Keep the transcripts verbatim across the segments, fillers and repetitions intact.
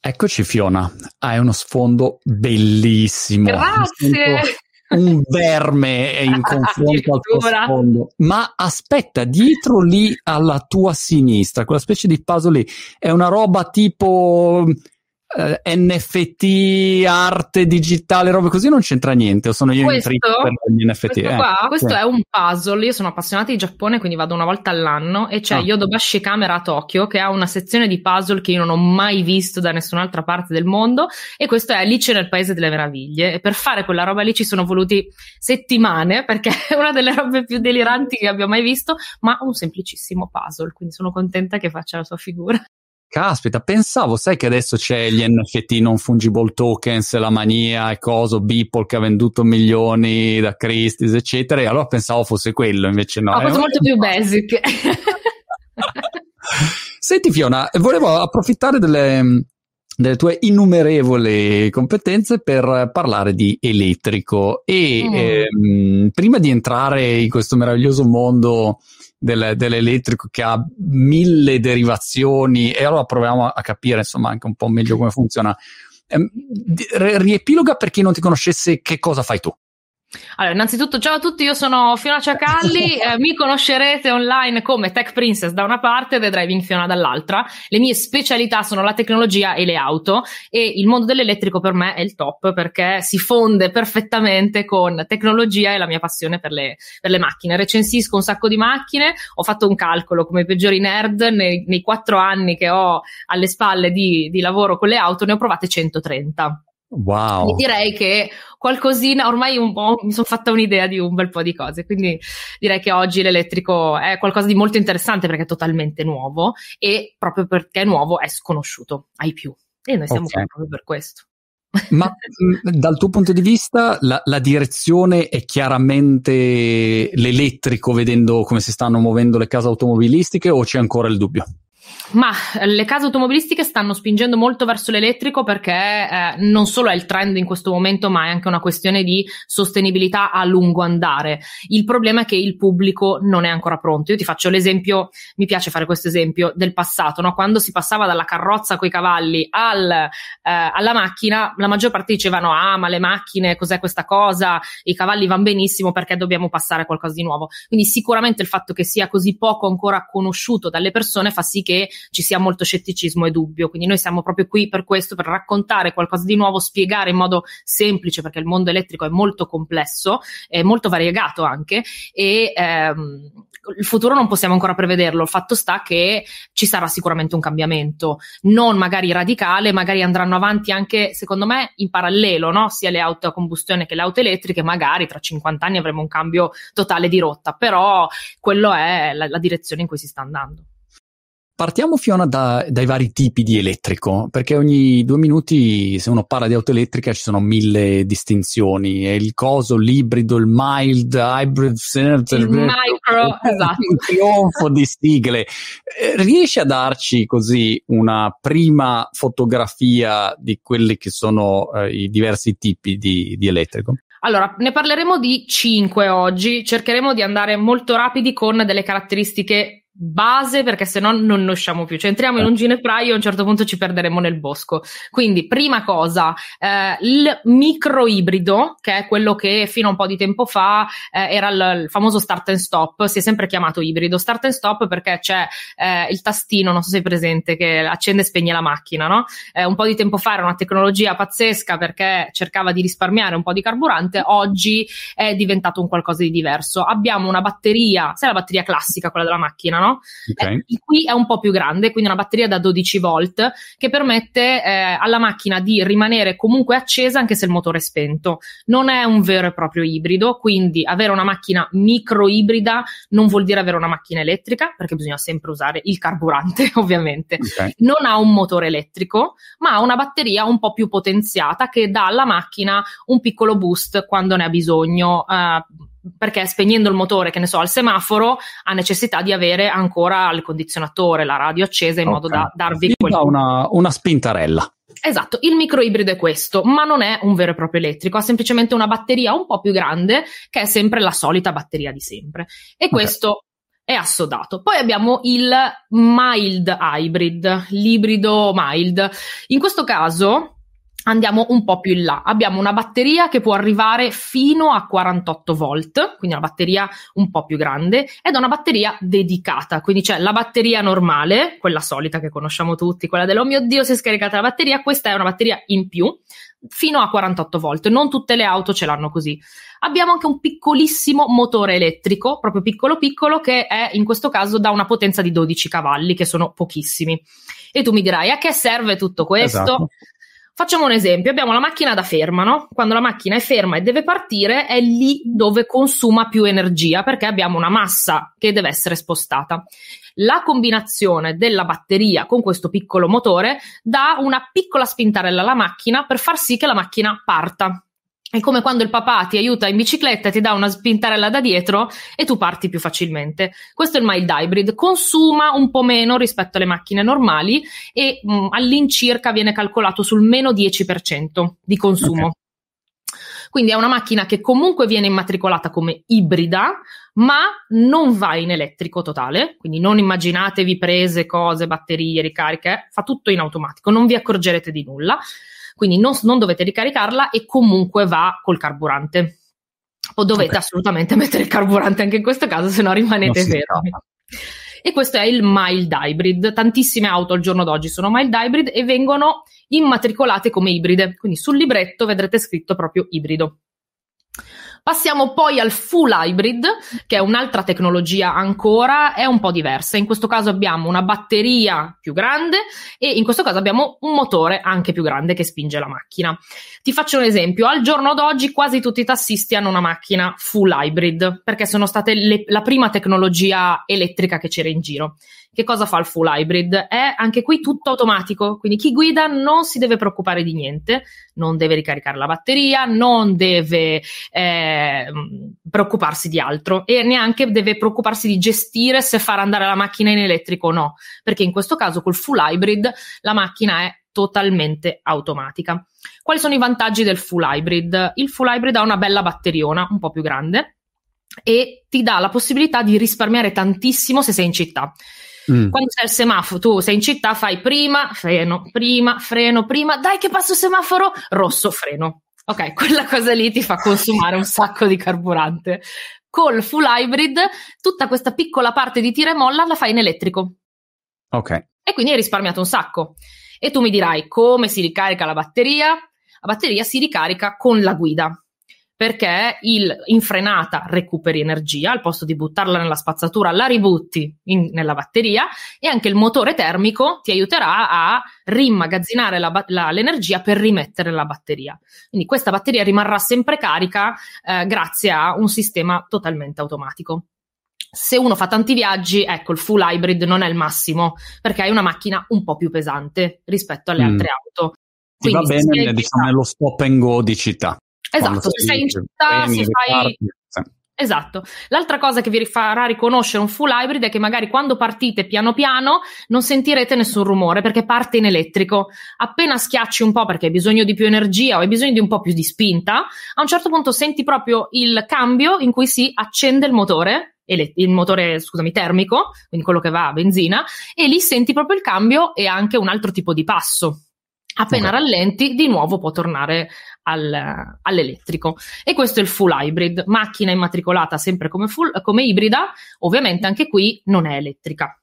Eccoci Fiona, hai uno sfondo bellissimo. Grazie! Un verme in confronto al tuo sfondo. Ma aspetta, dietro lì alla tua sinistra, quella specie di puzzle lì, è una roba tipo eh, N F T, arte digitale, robe così, non c'entra niente, o sono io questo, in trip per gli N F T? Questo, eh, qua, questo sì. è un puzzle, io sono appassionata di Giappone, quindi vado una volta all'anno, e c'è ah. Yodobashi Camera a Tokyo, che ha una sezione di puzzle che io non ho mai visto da nessun'altra parte del mondo, e questo è Alice nel Paese delle Meraviglie, e per fare quella roba lì ci sono voluti settimane, perché è una delle robe più deliranti che abbia mai visto, ma un semplicissimo puzzle, quindi sono contenta che faccia la sua figura. Caspita, pensavo, sai che adesso c'è gli N F T non fungible tokens, la mania e coso, Beeple che ha venduto milioni da Christie's, eccetera, e allora pensavo fosse quello, invece no. No, è molto più basic. Senti Fiona, volevo approfittare delle, delle tue innumerevoli competenze per parlare di elettrico e mm. ehm, prima di entrare in questo meraviglioso mondo Del, dell'elettrico che ha mille derivazioni, e allora proviamo a capire insomma anche un po' meglio come funziona. Eh, riepiloga per chi non ti conoscesse che cosa fai tu. Allora, innanzitutto ciao a tutti, io sono Fiona Ciacalli, eh, mi conoscerete online come Tech Princess da una parte e The Driving Fiona dall'altra. Le mie specialità sono la tecnologia e le auto, e il mondo dell'elettrico per me è il top perché si fonde perfettamente con tecnologia e la mia passione per le, per le macchine. Recensisco un sacco di macchine, ho fatto un calcolo come i peggiori nerd, nei, nei quattro anni che ho alle spalle di, di lavoro con le auto ne ho provate centotrenta. Wow. E direi che qualcosina, ormai un po' mi sono fatta un'idea di un bel po' di cose, quindi direi che oggi l'elettrico è qualcosa di molto interessante perché è totalmente nuovo, e proprio perché è nuovo è sconosciuto ai più, e noi siamo okay. proprio per questo. Ma dal tuo punto di vista la, la direzione è chiaramente l'elettrico, vedendo come si stanno muovendo le case automobilistiche, o c'è ancora il dubbio? Ma le case automobilistiche stanno spingendo molto verso l'elettrico perché eh, non solo è il trend in questo momento, ma è anche una questione di sostenibilità a lungo andare. Il problema è che il pubblico non è ancora pronto. Io ti faccio l'esempio, mi piace fare questo esempio del passato, no? Quando si passava dalla carrozza coi cavalli al, eh, alla macchina, la maggior parte dicevano ah ma le macchine cos'è questa cosa, i cavalli van benissimo, perché dobbiamo passare a qualcosa di nuovo. Quindi sicuramente il fatto che sia così poco ancora conosciuto dalle persone fa sì che ci sia molto scetticismo e dubbio, quindi noi siamo proprio qui per questo, per raccontare qualcosa di nuovo, spiegare in modo semplice, perché il mondo elettrico è molto complesso, è molto variegato anche, e ehm, il futuro non possiamo ancora prevederlo. Il fatto sta che ci sarà sicuramente un cambiamento, non magari radicale, magari andranno avanti anche, secondo me, in parallelo, no? Sia le auto a combustione che le auto elettriche, magari tra cinquanta anni avremo un cambio totale di rotta, però quello è la, la direzione in cui si sta andando. Partiamo Fiona da, dai vari tipi di elettrico, perché ogni due minuti se uno parla di auto elettrica ci sono mille distinzioni, è il coso, l'ibrido, il mild, hybrid, il micro, esatto. Un trionfo di sigle. Riesci a darci così una prima fotografia di quelli che sono eh, i diversi tipi di, di elettrico? Allora, ne parleremo di cinque oggi, cercheremo di andare molto rapidi con delle caratteristiche base, perché se no non ne usciamo più, cioè entriamo in un ginepraio e a un certo punto ci perderemo nel bosco. Quindi prima cosa, eh, il microibrido, che è quello che fino a un po' di tempo fa eh, era il, il famoso start and stop, si è sempre chiamato ibrido start and stop perché c'è eh, il tastino, non so se sei presente, che accende e spegne la macchina, no? Eh, un po' di tempo fa era una tecnologia pazzesca perché cercava di risparmiare un po' di carburante, oggi è diventato un qualcosa di diverso. Abbiamo una batteria, sai la batteria classica, quella della macchina, no? Okay. Eh, qui è un po' più grande, quindi una batteria da dodici volt che permette eh, alla macchina di rimanere comunque accesa anche se il motore è spento. Non è un vero e proprio ibrido, quindi avere una macchina microibrida non vuol dire avere una macchina elettrica, perché bisogna sempre usare il carburante ovviamente. Okay. Non ha un motore elettrico, ma ha una batteria un po' più potenziata che dà alla macchina un piccolo boost quando ne ha bisogno, eh, perché spegnendo il motore, che ne so, al semaforo, ha necessità di avere ancora il condizionatore, la radio accesa in okay. modo da darvi quel... una, una spintarella. Esatto, il microibrido è questo, ma non è un vero e proprio elettrico, ha semplicemente una batteria un po' più grande che è sempre la solita batteria di sempre. E okay. questo è assodato. Poi abbiamo il mild hybrid, l'ibrido mild. In questo caso andiamo un po' più in là. Abbiamo una batteria che può arrivare fino a quarantotto volt, quindi una batteria un po' più grande, ed è una batteria dedicata, quindi c'è la batteria normale, quella solita che conosciamo tutti, quella del oh mio Dio si è scaricata la batteria. Questa è una batteria in più, fino a quarantotto volt. Non tutte le auto ce l'hanno così. Abbiamo anche un piccolissimo motore elettrico, proprio piccolo piccolo, che è in questo caso da una potenza di dodici cavalli, che sono pochissimi. E tu mi dirai, a che serve tutto questo? Esatto. Facciamo un esempio, abbiamo la macchina da ferma, no? Quando la macchina è ferma e deve partire è lì dove consuma più energia, perché abbiamo una massa che deve essere spostata. La combinazione della batteria con questo piccolo motore dà una piccola spintarella alla macchina per far sì che la macchina parta. È come quando il papà ti aiuta in bicicletta e ti dà una spintarella da dietro e tu parti più facilmente. Questo è il mild hybrid, consuma un po' meno rispetto alle macchine normali e mh, all'incirca viene calcolato sul meno dieci per cento di consumo. Okay. Quindi è una macchina che comunque viene immatricolata come ibrida, ma non va in elettrico totale, quindi non immaginatevi prese, cose, batterie, ricariche, fa tutto in automatico, non vi accorgerete di nulla. Quindi non, non dovete ricaricarla e comunque va col carburante. O dovete okay. assolutamente mettere il carburante anche in questo caso, se no rimanete fermi. E questo è il mild hybrid. Tantissime auto al giorno d'oggi sono mild hybrid e vengono immatricolate come ibride. Quindi sul libretto vedrete scritto proprio ibrido. Passiamo poi al full hybrid, che è un'altra tecnologia ancora, è un po' diversa. In questo caso abbiamo una batteria più grande e in questo caso abbiamo un motore anche più grande che spinge la macchina. Ti faccio un esempio. Al giorno d'oggi quasi tutti i tassisti hanno una macchina full hybrid, perché sono state le, la prima tecnologia elettrica che c'era in giro. Che cosa fa il full hybrid? È anche qui tutto automatico, quindi chi guida non si deve preoccupare di niente, non deve ricaricare la batteria, non deve eh, preoccuparsi di altro e neanche deve preoccuparsi di gestire se far andare la macchina in elettrico o no, perché in questo caso col full hybrid la macchina è totalmente automatica. Quali sono i vantaggi del full hybrid? Il full hybrid ha una bella batteriona, un po' più grande, e ti dà la possibilità di risparmiare tantissimo se sei in città. Mm. Quando sei al semaforo, tu sei in città, fai prima, freno, prima, freno, prima, dai che passo il semaforo, rosso, freno. Ok, quella cosa lì ti fa consumare un sacco di carburante. Col full hybrid, tutta questa piccola parte di tira e molla la fai in elettrico. Ok. E quindi hai risparmiato un sacco. E tu mi dirai, come si ricarica la batteria? La batteria si ricarica con la guida. Perché il, in frenata recuperi energia, al posto di buttarla nella spazzatura la ributti in, nella batteria, e anche il motore termico ti aiuterà a rimmagazzinare la, la, l'energia per rimettere la batteria. Quindi questa batteria rimarrà sempre carica eh, grazie a un sistema totalmente automatico. Se uno fa tanti viaggi, ecco, il full hybrid non è il massimo, perché hai una macchina un po' più pesante rispetto alle mm. altre auto. Ti va bene, diciamo, nello stop and go di città. Esatto, se sei in città si fai... Sì. Esatto. L'altra cosa che vi farà riconoscere un full hybrid è che magari quando partite piano piano non sentirete nessun rumore perché parte in elettrico. Appena schiacci un po' perché hai bisogno di più energia o hai bisogno di un po' più di spinta, a un certo punto senti proprio il cambio in cui si accende il motore, il motore, scusami, termico, quindi quello che va a benzina, e lì senti proprio il cambio e anche un altro tipo di passo. Appena okay. rallenti, di nuovo può tornare al, all'elettrico. E questo è il full hybrid, macchina immatricolata sempre come, full, come ibrida, ovviamente anche qui non è elettrica.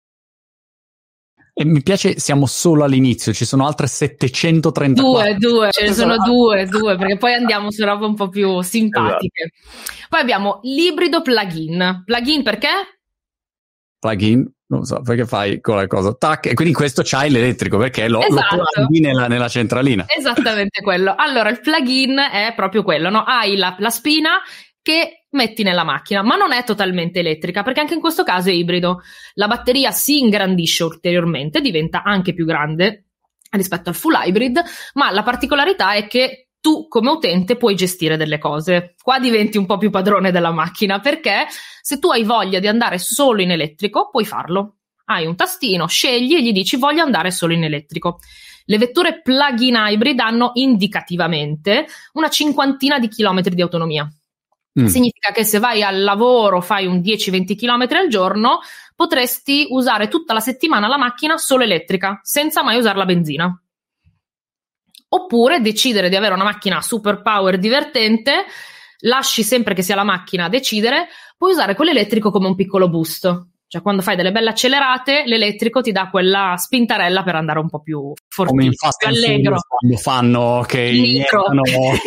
E mi piace, siamo solo all'inizio, ci sono altre settecentotrentaquattro. Due, due, ce ne sono due, due, perché poi andiamo su robe un po' più simpatiche. Esatto. Poi abbiamo l'ibrido plug-in. Plug-in perché? Plug-in? Non so, perché fai quella cosa, tac, e quindi questo c'hai l'elettrico, perché lo, esatto. lo plughi nella, nella centralina. Esattamente quello. Allora, il plug-in è proprio quello, no? Hai la, la spina che metti nella macchina, ma non è totalmente elettrica, perché anche in questo caso è ibrido. La batteria si ingrandisce ulteriormente, diventa anche più grande rispetto al full hybrid, ma la particolarità è che tu come utente puoi gestire delle cose. Qua diventi un po' più padrone della macchina, perché se tu hai voglia di andare solo in elettrico, puoi farlo. Hai un tastino, scegli e gli dici voglio andare solo in elettrico. Le vetture plug-in hybrid hanno indicativamente una cinquantina di chilometri di autonomia. Mm. Significa che se vai al lavoro, fai un dieci venti chilometri al giorno, potresti usare tutta la settimana la macchina solo elettrica, senza mai usare la benzina. Oppure decidere di avere una macchina super power divertente, lasci sempre che sia la macchina a decidere, puoi usare quell'elettrico come un piccolo boost. Cioè, quando fai delle belle accelerate, l'elettrico ti dà quella spintarella per andare un po' più fortissimo, come in Fast and Furious, quando fanno che iniettano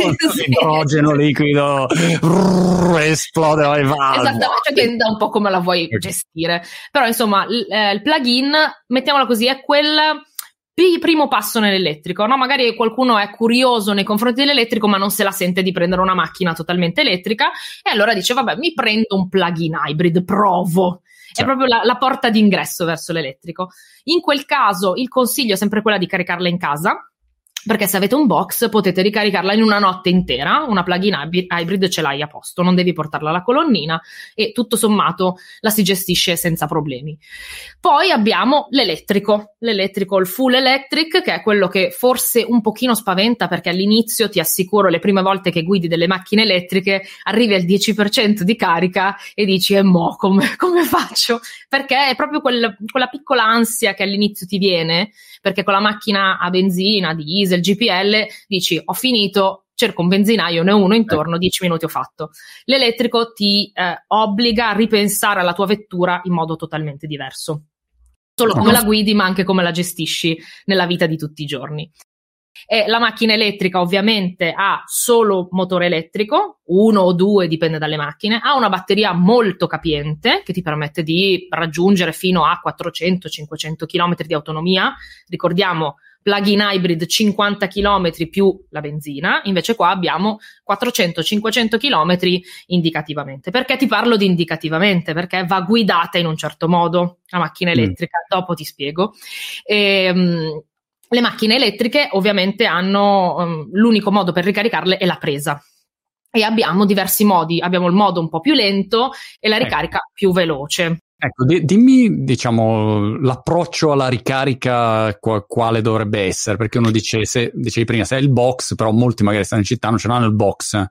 idrogeno liquido, brrr, esplode le valve. Esattamente, cioè dipende un po' come la vuoi gestire. Però, insomma, l- eh, il plugin, mettiamola così, è quel p- primo passo nell'elettrico, no? Magari qualcuno è curioso nei confronti dell'elettrico, ma non se la sente di prendere una macchina totalmente elettrica, e allora dice, vabbè, mi prendo un plug-in hybrid, provo. È proprio la, la porta d'ingresso verso l'elettrico. In quel caso il consiglio è sempre quella di caricarla in casa, perché se avete un box potete ricaricarla in una notte intera, una plug-in hybrid ce l'hai a posto, non devi portarla alla colonnina e tutto sommato la si gestisce senza problemi. Poi abbiamo l'elettrico, l'elettrico, il full electric, che è quello che forse un pochino spaventa, perché all'inizio, ti assicuro, le prime volte che guidi delle macchine elettriche arrivi al dieci per cento di carica e dici e mo come, come faccio? Perché è proprio quel, quella piccola ansia che all'inizio ti viene, perché con la macchina a benzina, diesel, il G P L, dici ho finito, cerco un benzinaio, ne ho uno intorno, dieci minuti ho fatto. L'elettrico ti eh, obbliga a ripensare alla tua vettura in modo totalmente diverso, solo come la guidi ma anche come la gestisci nella vita di tutti i giorni. E la macchina elettrica ovviamente ha solo motore elettrico, uno o due, dipende dalle macchine, ha una batteria molto capiente che ti permette di raggiungere fino a quattrocento cinquecento chilometri di autonomia. Ricordiamo, plug-in hybrid cinquanta chilometri più la benzina, invece qua abbiamo quattrocento cinquecento chilometri indicativamente. Perché ti parlo di indicativamente? Perché va guidata in un certo modo la macchina elettrica, mm. dopo ti spiego. E, um, le macchine elettriche ovviamente hanno um, l'unico modo per ricaricarle è la presa. E abbiamo diversi modi, abbiamo il modo un po' più lento e la ricarica eh. più veloce. Ecco, di, dimmi, diciamo, l'approccio alla ricarica qu- quale dovrebbe essere, perché uno dice, se, dicevi prima, se è il box, però molti magari stanno in città, non ce l'hanno il box,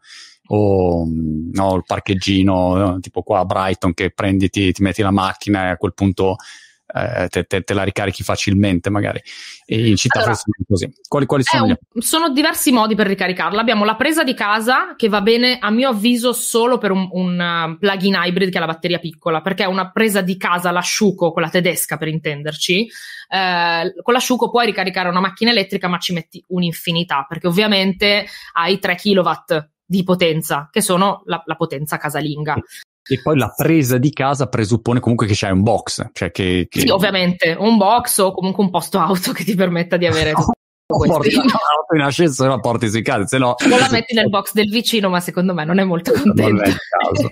o no, il parcheggino, no, tipo qua a Brighton, che prendi, ti, ti metti la macchina e a quel punto eh, te, te, te la ricarichi facilmente magari, e in città allora, forse non è così. Quali, quali sono? Un, gli... Sono diversi modi per ricaricarla. Abbiamo la presa di casa, che va bene a mio avviso solo per un, un uh, plug-in hybrid che ha la batteria piccola, perché è una presa di casa, l'asciuco, quella tedesca per intenderci. Eh, con l'asciuco puoi ricaricare una macchina elettrica, ma ci metti un'infinità, perché ovviamente hai tre chilowatt di potenza, che sono la, la potenza casalinga. E poi la presa di casa presuppone comunque che c'hai un box, cioè che, che... Sì, ovviamente, un box o comunque un posto auto che ti permetta di avere tutto questo. Porti l'auto in ascensore, la porti sui casi, se no... Non la metti nel box del vicino, ma secondo me non è molto contento. Non è il caso.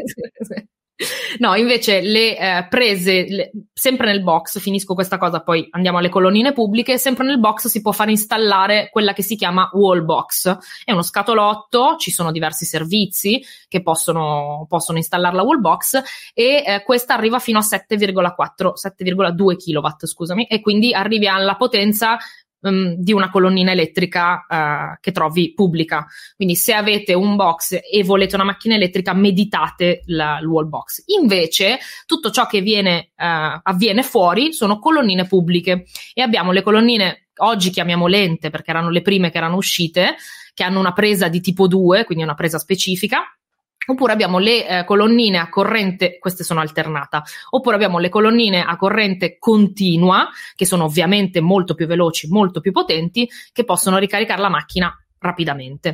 No, invece le eh, prese, le, sempre nel box, finisco questa cosa, poi andiamo alle colonnine pubbliche, sempre nel box si può far installare quella che si chiama wall box. È uno scatolotto, ci sono diversi servizi che possono, possono installare la wall box, e eh, questa arriva fino a sette virgola quattro, sette virgola due chilowatt, scusami, e quindi arrivi alla potenza Um, di una colonnina elettrica uh, che trovi pubblica. Quindi se avete un box e volete una macchina elettrica, meditate la, il wall box. Invece tutto ciò che viene, uh, avviene fuori sono colonnine pubbliche, e abbiamo le colonnine, oggi chiamiamo lente perché erano le prime che erano uscite, che hanno una presa di tipo due, quindi una presa specifica. Oppure abbiamo le eh, colonnine a corrente, queste sono alternata, oppure abbiamo le colonnine a corrente continua, che sono ovviamente molto più veloci, molto più potenti, che possono ricaricare la macchina rapidamente.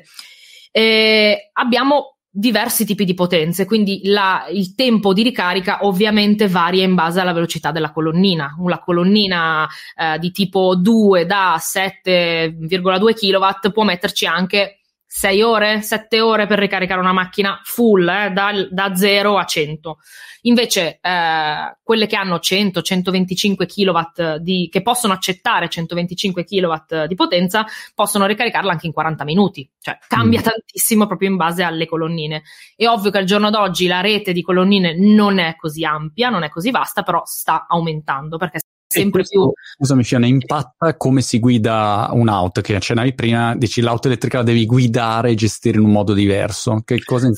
E abbiamo diversi tipi di potenze, quindi la, il tempo di ricarica ovviamente varia in base alla velocità della colonnina. Una colonnina eh, di tipo due da sette virgola due chilowatt può metterci anche sei ore, sette ore per ricaricare una macchina full, eh, da, da zero a cento. Invece eh, quelle che hanno cento centoventicinque chilowatt di, che possono accettare centoventicinque chilowatt di potenza, possono ricaricarla anche in quaranta minuti. Cioè cambia mm. tantissimo proprio in base alle colonnine. È ovvio che al giorno d'oggi la rete di colonnine non è così ampia, non è così vasta, però sta aumentando, perché sempre più. Scusami Fiona, impatta come si guida un'auto, che accennavi prima, dici l'auto elettrica la devi guidare e gestire in un modo diverso, che cosa intendi? Sì,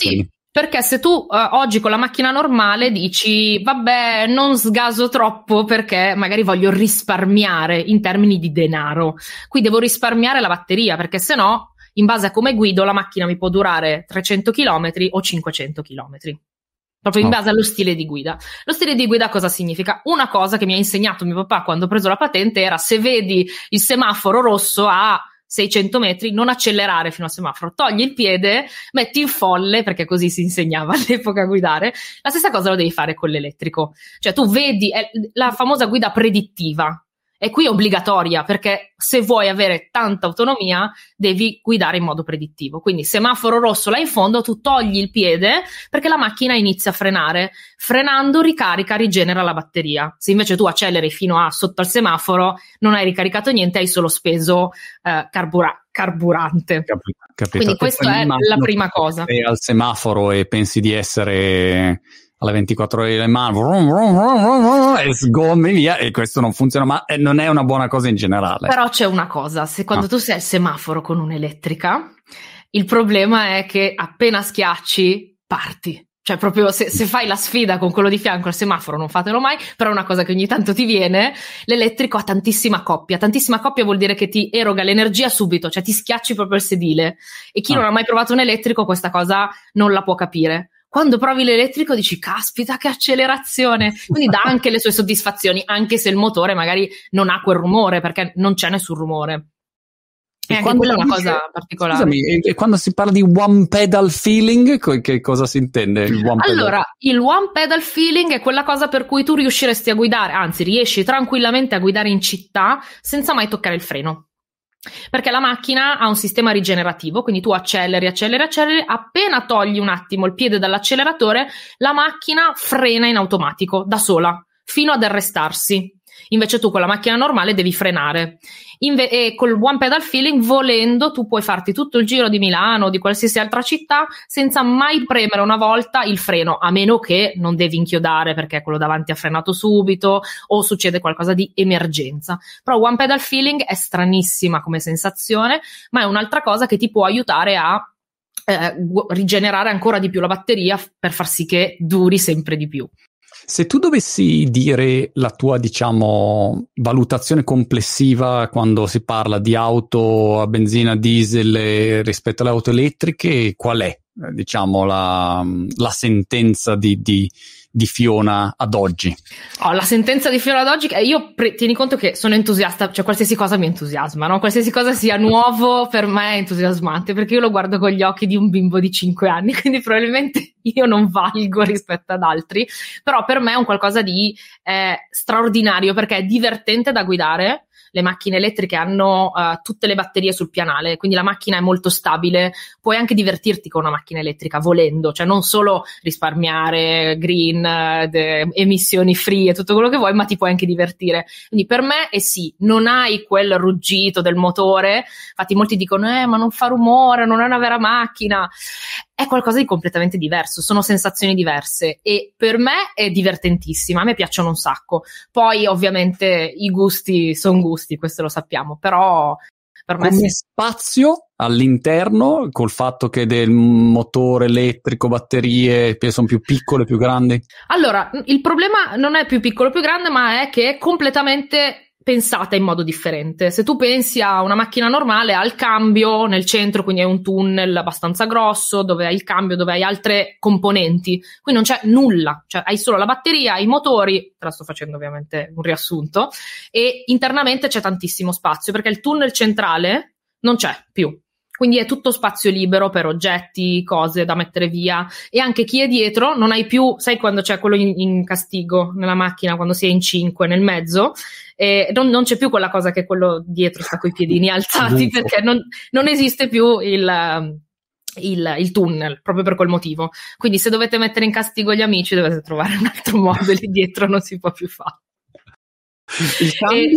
Perché se tu uh, oggi con la macchina normale dici vabbè non sgaso troppo perché magari voglio risparmiare in termini di denaro, qui devo risparmiare la batteria perché se no in base a come guido la macchina mi può durare trecento chilometri o cinquecento chilometri, proprio in base allo stile di guida. Lo stile di guida cosa significa? Una cosa che mi ha insegnato mio papà quando ho preso la patente era: se vedi il semaforo rosso a seicento metri, non accelerare fino al semaforo, togli il piede, metti in folle, perché così si insegnava all'epoca a guidare. La stessa cosa lo devi fare con l'elettrico, cioè tu vedi, è la famosa guida predittiva, e qui è obbligatoria, perché se vuoi avere tanta autonomia devi guidare in modo predittivo. Quindi semaforo rosso là in fondo, tu togli il piede perché la macchina inizia a frenare, frenando ricarica, rigenera la batteria. Se invece tu acceleri fino a sotto al semaforo non hai ricaricato niente, hai solo speso eh, carbura- carburante. Capito, capito. Quindi questa è la prima cosa. Se al semaforo e pensi di essere alle ventiquattro ore le mani vrum, vrum, vrum, vrum, e sgommi via, e questo non funziona, ma non è una buona cosa in generale. Però c'è una cosa: se quando ah. tu sei al semaforo con un'elettrica, il problema è che appena schiacci parti, cioè proprio se, se fai la sfida con quello di fianco al semaforo, non fatelo mai, però è una cosa che ogni tanto ti viene. L'elettrico ha tantissima coppia, tantissima coppia vuol dire che ti eroga l'energia subito, cioè ti schiacci proprio il sedile, e chi ah. non ha mai provato un elettrico questa cosa non la può capire. Quando provi l'elettrico dici caspita che accelerazione, quindi dà anche le sue soddisfazioni, anche se il motore magari non ha quel rumore, perché non c'è nessun rumore. E, e anche quella è una dice, cosa particolare. Scusami, e quando si parla di one pedal feeling, che cosa si intende? Il one allora, pedal? il one pedal feeling è quella cosa per cui tu riusciresti a guidare, anzi riesci tranquillamente a guidare in città senza mai toccare il freno. Perché la macchina ha un sistema rigenerativo, quindi tu acceleri, acceleri, acceleri, appena togli un attimo il piede dall'acceleratore, la macchina frena in automatico, da sola, fino ad arrestarsi. Invece tu con la macchina normale devi frenare. Inve- e col one pedal feeling, volendo, tu puoi farti tutto il giro di Milano o di qualsiasi altra città senza mai premere una volta il freno, a meno che non devi inchiodare perché quello davanti ha frenato subito o succede qualcosa di emergenza. Però one pedal feeling è stranissima come sensazione, ma è un'altra cosa che ti può aiutare a eh, rigenerare ancora di più la batteria per far sì che duri sempre di più. Se tu dovessi dire la tua, diciamo, valutazione complessiva quando si parla di auto a benzina, diesel rispetto alle auto elettriche, qual è, diciamo, la, la sentenza di, di, di Fiona ad oggi? Oh, la sentenza di Fiona ad oggi, io pre- tieni conto che sono entusiasta, cioè qualsiasi cosa mi entusiasma, no? Qualsiasi cosa sia nuovo per me è entusiasmante, perché io lo guardo con gli occhi di un bimbo di cinque anni, quindi probabilmente io non valgo rispetto ad altri, però per me è un qualcosa di eh, straordinario, perché è divertente da guidare. Le macchine elettriche hanno uh, tutte le batterie sul pianale, quindi la macchina è molto stabile, puoi anche divertirti con una macchina elettrica volendo, cioè non solo risparmiare, green, de, emissioni free e tutto quello che vuoi, ma ti puoi anche divertire. Quindi per me è sì, non hai quel ruggito del motore, infatti molti dicono eh ma non fa rumore, non è una vera macchina. È qualcosa di completamente diverso, sono sensazioni diverse e per me è divertentissima, a me piacciono un sacco. Poi ovviamente i gusti sono gusti, questo lo sappiamo, però per me come sì. Spazio all'interno, col fatto che del motore elettrico, batterie sono più piccole, più grandi? Allora, il problema non è più piccolo o più grande, ma è che è completamente pensata in modo differente. Se tu pensi a una macchina normale, ha il cambio nel centro, quindi è un tunnel abbastanza grosso dove hai il cambio, dove hai altre componenti, qui non c'è nulla, cioè hai solo la batteria, i motori, te la sto facendo ovviamente un riassunto, e internamente c'è tantissimo spazio perché il tunnel centrale non c'è più. Quindi è tutto spazio libero per oggetti, cose da mettere via, e anche chi è dietro non hai più, sai quando c'è quello in, in castigo nella macchina, quando si è in cinque nel mezzo, eh, non, non c'è più quella cosa che quello dietro sta coi piedini alzati perché non, non esiste più il, il, il tunnel, proprio per quel motivo. Quindi se dovete mettere in castigo gli amici dovete trovare un altro modo, lì dietro non si può più fare. Il cambio? E,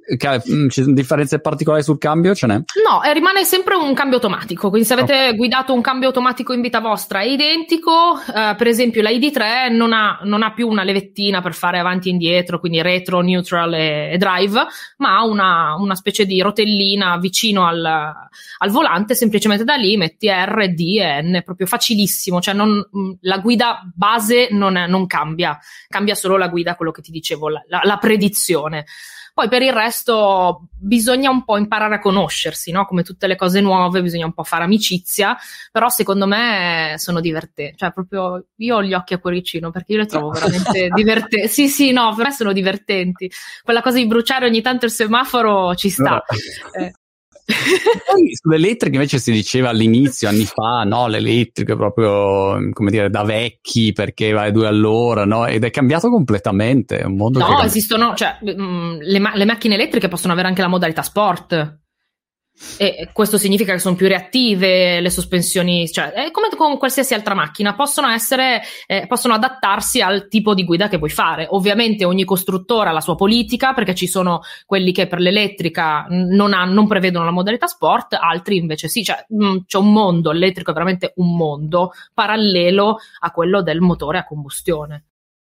Ci sono differenze particolari sul cambio? Ce n'è? No, eh, rimane sempre un cambio automatico, quindi se avete okay. guidato un cambio automatico in vita vostra è identico, eh, per esempio la I D tre non ha, non ha più una levettina per fare avanti e indietro, quindi retro, neutral e, e drive, ma ha una, una specie di rotellina vicino al, al volante, semplicemente da lì metti R, D e N, proprio facilissimo, cioè non, la guida base non, è, non cambia, cambia solo la guida, quello che ti dicevo, la, la, la predizione. Poi per il resto bisogna un po' imparare a conoscersi, no? Come tutte le cose nuove bisogna un po' fare amicizia, però secondo me sono divertenti, cioè proprio io ho gli occhi a cuoricino perché io le trovo veramente divertenti. Sì, sì, no, per me sono divertenti. Quella cosa di bruciare ogni tanto il semaforo ci sta. Eh. Poi sull'elettrica invece si diceva all'inizio, anni fa, no, l'elettrico è proprio, come dire, da vecchi perché va a due all'ora, no? Ed è cambiato completamente. È un mondo no, che esistono, cioè mh, le, ma- le macchine elettriche possono avere anche la modalità sport. E questo significa che sono più reattive, le sospensioni, cioè è come con qualsiasi altra macchina, possono essere, eh, possono adattarsi al tipo di guida che vuoi fare. Ovviamente ogni costruttore ha la sua politica, perché ci sono quelli che per l'elettrica non, ha, non prevedono la modalità sport, altri invece sì, cioè mh, c'è un mondo, l'elettrico è veramente un mondo parallelo a quello del motore a combustione.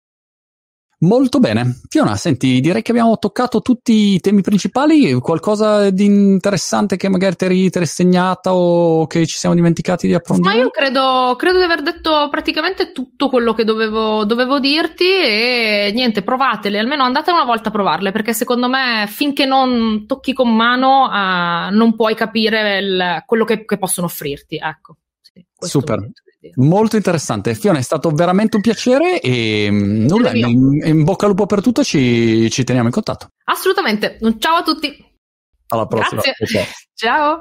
Molto bene. Fiona, senti, direi che abbiamo toccato tutti i temi principali. Qualcosa di interessante che magari ti eri, ti eri segnata o che ci siamo dimenticati di approfondire? Ma io credo, credo di aver detto praticamente tutto quello che dovevo, dovevo dirti e niente, provatele, almeno andate una volta a provarle, perché secondo me finché non tocchi con mano uh, non puoi capire il, quello che, che possono offrirti. Ecco. Sì, super. Molto interessante. Fiona, è stato veramente un piacere e nulla, in, in bocca al lupo per tutto, ci, ci teniamo in contatto. Assolutamente. Ciao a tutti. Alla prossima. Grazie. Ciao. Ciao.